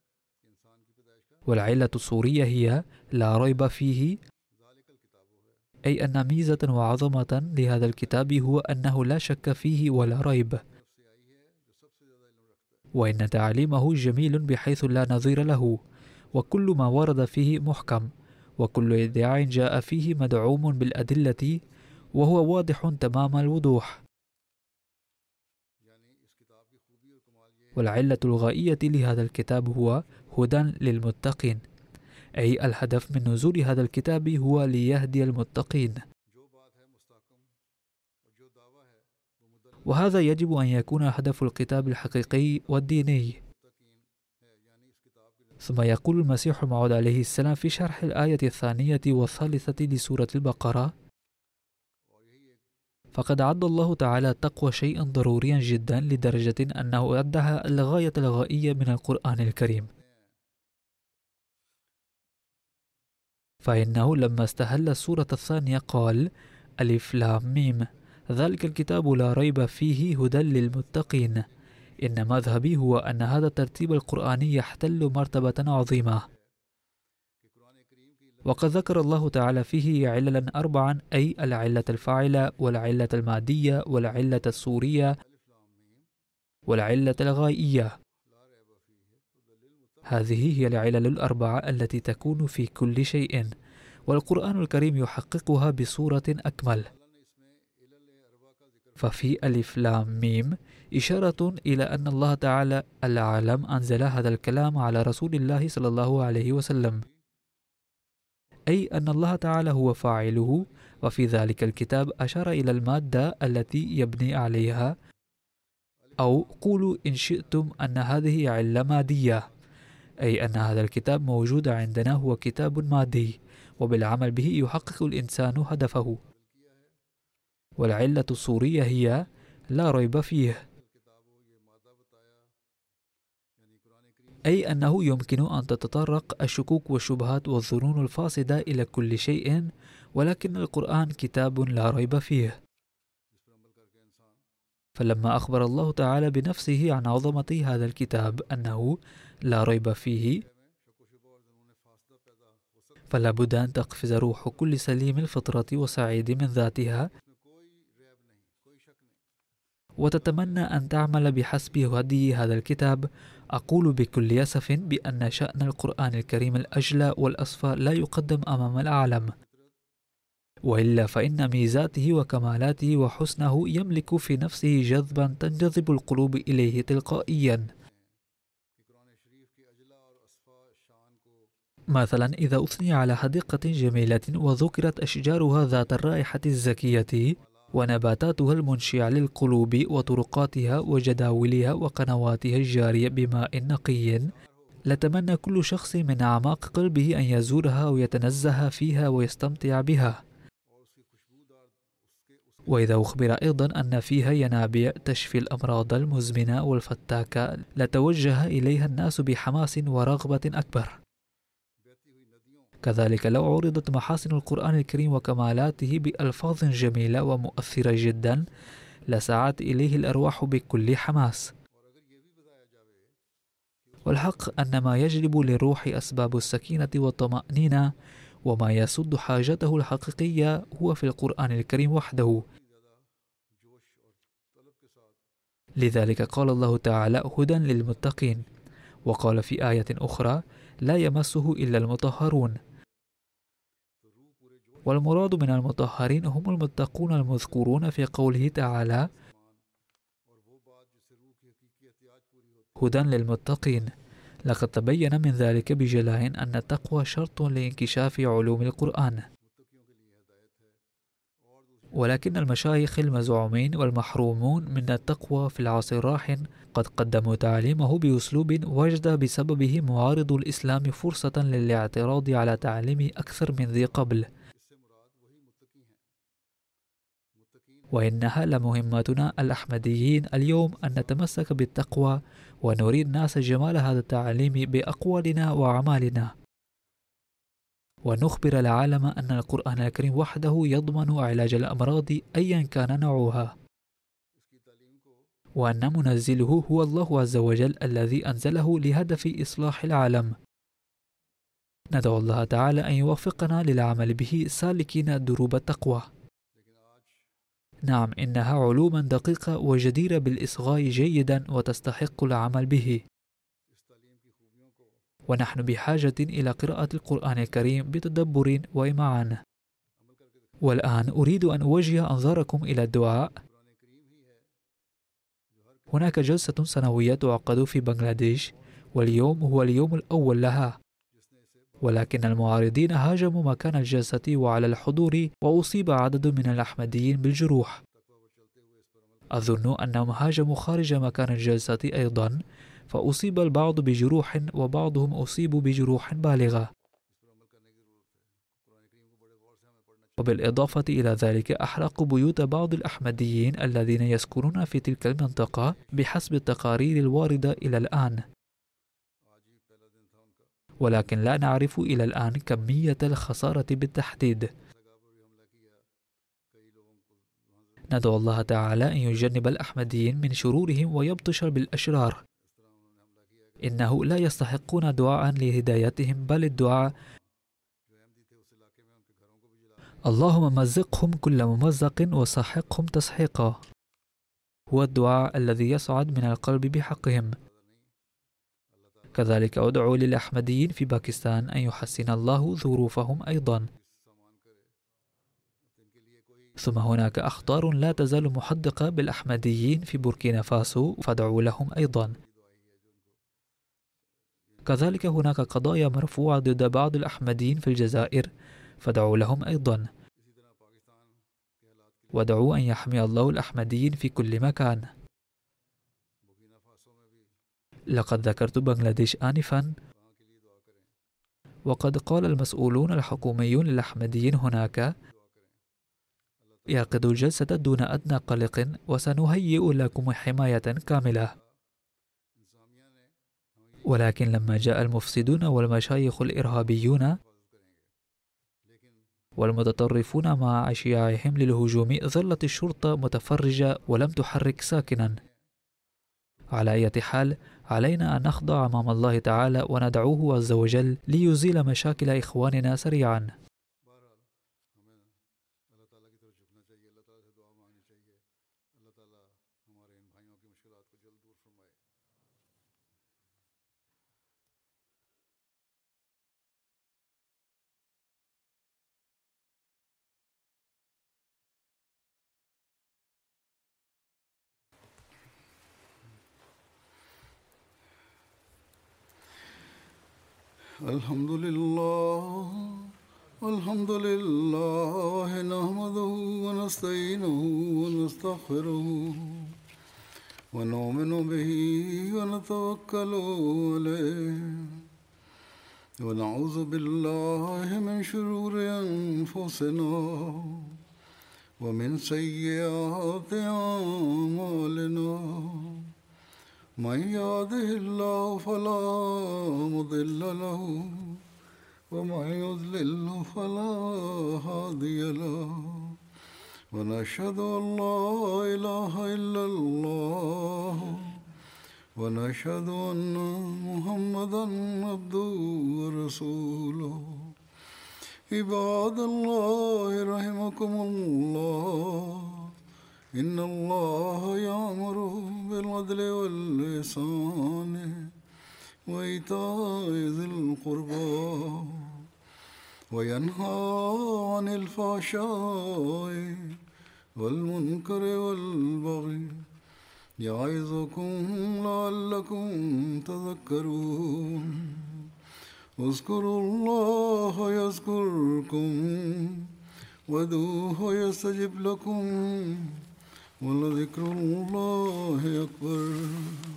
Speaker 2: والعلة الصورية هي لا ريب فيه، أي أن ميزة وعظمة لهذا الكتاب هو أنه لا شك فيه ولا ريب، وإن تعليمه جميل بحيث لا نظير له، وكل ما ورد فيه محكم، وكل ادعاء جاء فيه مدعوم بالأدلة، وهو واضح تمام الوضوح. والعلة الغائية لهذا الكتاب هو هدى للمتقين، أي الهدف من نزول هذا الكتاب هو ليهدي المتقين، وهذا يجب أن يكون هدف الكتاب الحقيقي والديني. ثم يقول المسيح الموعود عليه السلام في شرح الآية الثانية والثالثة لسورة البقرة: فقد عد الله تعالى التقوى شيئا ضروريا جدا لدرجة أنه أدها الغاية الغائية من القرآن الكريم. فإنه لما استهل السورة الثانية قال: ألف لام ميم، ذلك الكتاب لا ريب فيه هدى للمتقين. إن مذهبي هو أن هذا الترتيب القرآني يحتل مرتبة عظيمة، وقد ذكر الله تعالى فيه عللا أربعا، أي العلة الفاعلة والعلة المادية والعلة الصورية والعلة الغائية. هذه هي العلل الأربعة التي تكون في كل شيء، والقرآن الكريم يحققها بصورة أكمل. ففي ألف لام ميم إشارة إلى أن الله تعالى العالم أنزل هذا الكلام على رسول الله صلى الله عليه وسلم، أي أن الله تعالى هو فاعله. وفي ذلك الكتاب أشار إلى المادة التي يبني عليها، أو قولوا إن شئتم أن هذه علة مادية، أي أن هذا الكتاب موجود عندنا هو كتاب مادي، وبالعمل به يحقق الإنسان هدفه. والعلة الصورية هي لا ريب فيه، أي أنه يمكن أن تتطرق الشكوك والشبهات والظنون الفاسدة إلى كل شيء، ولكن القرآن كتاب لا ريب فيه. فلما أخبر الله تعالى بنفسه عن عظمة هذا الكتاب أنه لا ريب فيه، فلا بد أن تقفز روح كل سليم الفطرة وسعيد من ذاتها، وتتمنى أن تعمل بحسب هدي هذا الكتاب. أقول بكل أسف بأن شأن القرآن الكريم الأجلى والأصفى لا يقدم أمام العالم، وإلا فإن ميزاته وكمالاته وحسنه يملك في نفسه جذبا تنجذب القلوب إليه تلقائيا. مثلا إذا أثني على حديقة جميلة وذكرت أشجارها ذات الرائحة الزكية ونباتاتها المنشعة للقلوب وطرقاتها وجداولها وقنواتها الجارية بماء نقي، لتمنى كل شخص من أعماق قلبه أن يزورها ويتنزه فيها ويستمتع بها. وإذا أخبر أيضا أن فيها ينابيع تشفي الأمراض المزمنة والفتاكة، لتوجه إليها الناس بحماس ورغبة أكبر. كذلك لو عرضت محاسن القرآن الكريم وكمالاته بألفاظ جميلة ومؤثرة جدا، لسعت إليه الأرواح بكل حماس. والحق أن ما يجلب للروح أسباب السكينة والطمأنينة وما يسد حاجته الحقيقية هو في القرآن الكريم وحده. لذلك قال الله تعالى: هدى للمتقين، وقال في آية أخرى: لا يمسه إلا المطهرون. والمراد من المطهرين هم المتقون المذكورون في قوله تعالى: هدى للمتقين. لقد تبين من ذلك بجلاء أن التقوى شرط لانكشاف علوم القرآن. ولكن المشايخ المزعومين والمحرومون من التقوى في العصر الراهن قد قدموا تعليمه بأسلوب وجد بسببه معارض الإسلام فرصة للاعتراض على تعليم أكثر من ذي قبل. وإنها لمهمتنا الأحمديين اليوم أن نتمسك بالتقوى ونري الناس جمال هذا التعليم بأقوالنا وأعمالنا، ونخبر العالم أن القرآن الكريم وحده يضمن علاج الأمراض أيا كان نوعها، وأن منزله هو الله عز وجل الذي أنزله لهدف إصلاح العالم. ندعو الله تعالى أن يوفقنا للعمل به سالكين دروب التقوى. نعم، إنها علوما دقيقة وجديرة بالإصغاء جيدا وتستحق العمل به، ونحن بحاجة إلى قراءة القرآن الكريم بتدبر وإمعان. والآن أريد أن أوجه أنظاركم إلى الدعاء. هناك جلسة سنوية تعقد في بنغلاديش، واليوم هو اليوم الأول لها، ولكن المعارضين هاجموا مكان الجلسة وعلى الحضور، وأصيب عدد من الأحمديين بالجروح. أظن أنهم هاجموا خارج مكان الجلسة أيضا، فأصيب البعض بجروح وبعضهم أصيبوا بجروح بالغة. وبالإضافة إلى ذلك أحرقوا بيوت بعض الأحمديين الذين يسكنون في تلك المنطقة بحسب التقارير الواردة إلى الآن، ولكن لا نعرف إلى الآن كمية الخسارة بالتحديد. ندعو الله تعالى أن يجنب الأحمديين من شرورهم ويبطش بالأشرار. إنه لا يستحقون دعاء لهدايتهم، بل الدعاء اللهم مزقهم كل ممزق وسحقهم تسحيقا، هو الدعاء الذي يصعد من القلب بحقهم. كذلك أدعو للأحمديين في باكستان أن يحسن الله ظروفهم أيضا. ثم هناك أخطار لا تزال محدقة بالأحمديين في بوركينا فاسو، فادعوا لهم أيضا. كذلك هناك قضايا مرفوعة ضد بعض الأحمديين في الجزائر، فادعوا لهم أيضا. ودعوا أن يحمي الله الأحمديين في كل مكان. لقد ذكرت بنغلاديش آنفا، وقد قال المسؤولون الحكوميون الأحمديين هناك: يعقدوا الجلسة دون أدنى قلق، وسنهيئ لكم حماية كاملة. ولكن لما جاء المفسدون والمشايخ الإرهابيون والمتطرفون مع أشياعهم للهجوم، ظلت الشرطة متفرجة ولم تحرك ساكنا. على أي حال، علينا أن نخضع أمام الله تعالى وندعوه عز وجل ليزيل مشاكل إخواننا سريعا.
Speaker 1: الحمد لله الحمد لله نحمده ونستعينه ونستغفره ونؤمن به ونتوكل عليه ونعوذ بالله من شرور أنفسنا ومن سيئات أعمالنا. من يهده الله فلا مضل له ومن يضلل فلا هادي له ونشهد أن لا إله إلا الله ونشهد أن محمدا عبده ورسوله. عباد الله رحمكم الله، إن الله يأمر بالعدل والإحسان وإيتاء ذي القربى وينهى عن الفحشاء والمنكر والبغي يعظكم لعلكم تذكرون. اذكروا الله يذكركم وادعوه يستجب لكم ولذكر الله أكبر.